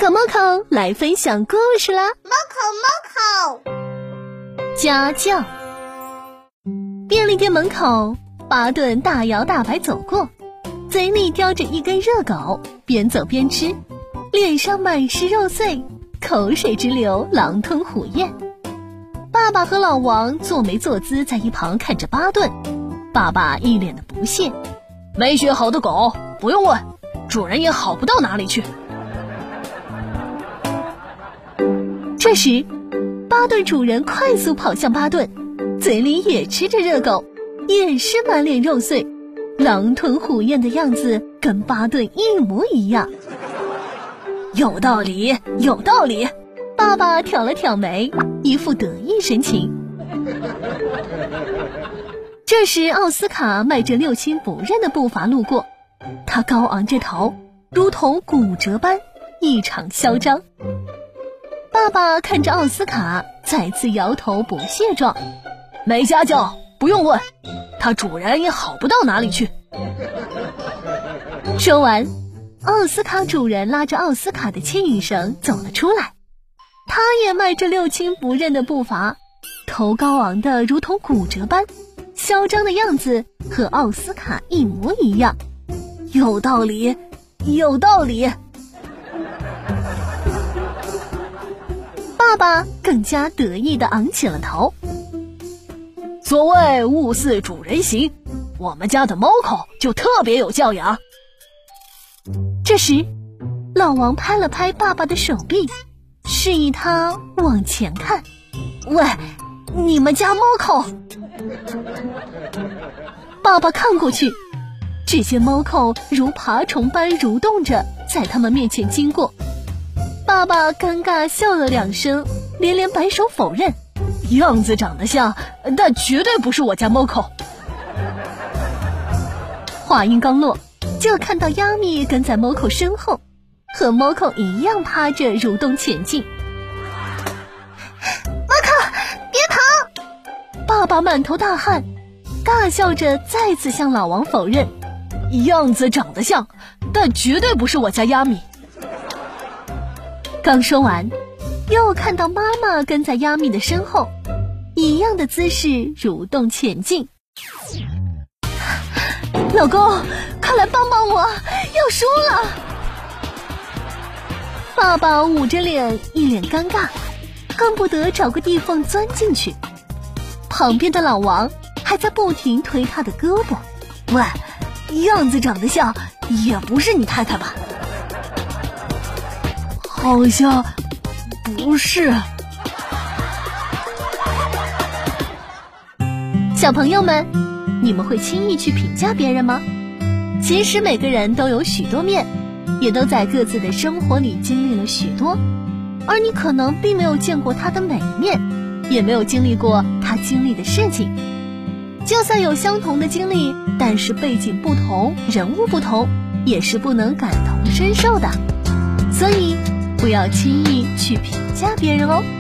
Moco 来分享故事啦。 Moco 家教。便利店门口，巴顿大摇大摆走过，嘴里叼着一根热狗，边走边吃，脸上满是肉碎，口水直流，狼吞虎咽。爸爸和老王坐没坐姿在一旁看着巴顿，爸爸一脸的不屑， 没学好的狗不用问，主人也好不到哪里去。 这时巴顿主人快速跑向巴顿，嘴里也吃着热狗，也是满脸肉碎，狼吞虎咽的样子跟巴顿一模一样。 有道理有道理， 爸爸挑了挑眉，一副得意神情。这时奥斯卡迈着六亲不认的步伐路过，他高昂着头，如同骨折般异常嚣张。爸爸看着奥斯卡，再次摇头不屑状， 没家教不用问，他主人也好不到哪里去。 说完，奥斯卡主人拉着奥斯卡的牵引绳走了出来，他也迈着六亲不认的步伐，头高昂的如同骨折般，嚣张的样子和奥斯卡一模一样。 有道理有道理。 爸爸更加得意地昂起了头。 所谓物似主人形，我们家的Moco就特别有教养。 这时老王拍了拍爸爸的手臂，示意他往前看。 喂，你们家Moco。 爸爸看过去，只见Moco如爬虫般蠕动着在他们面前经过。爸爸尴尬笑了两声，连连摆手否认， 样子长得像，但绝对不是我家Moco。 话音刚落，就看到亚米跟在Moco身后，和Moco一样趴着蠕动前进。 Moco，别跑！ 爸爸满头大汗，尬笑着再次向老王否认， 样子长得像，但绝对不是我家亚米。 刚说完，又看到妈妈跟在亚米的身后，一样的姿势蠕动前进。老公，快来帮帮我，要输了！爸爸捂着脸，一脸尴尬，恨不得找个地缝钻进去。旁边的老王还在不停推他的胳膊。 喂，样子长得像，也不是你太太吧？ 好像不是。 小朋友们，你们会轻易去评价别人吗？其实每个人都有许多面，也都在各自的生活里经历了许多，而你可能并没有见过他的每一面，也没有经历过他经历的事情。就算有相同的经历，但是背景不同，人物不同，也是不能感同身受的。所以不要轻易去评价别人哦。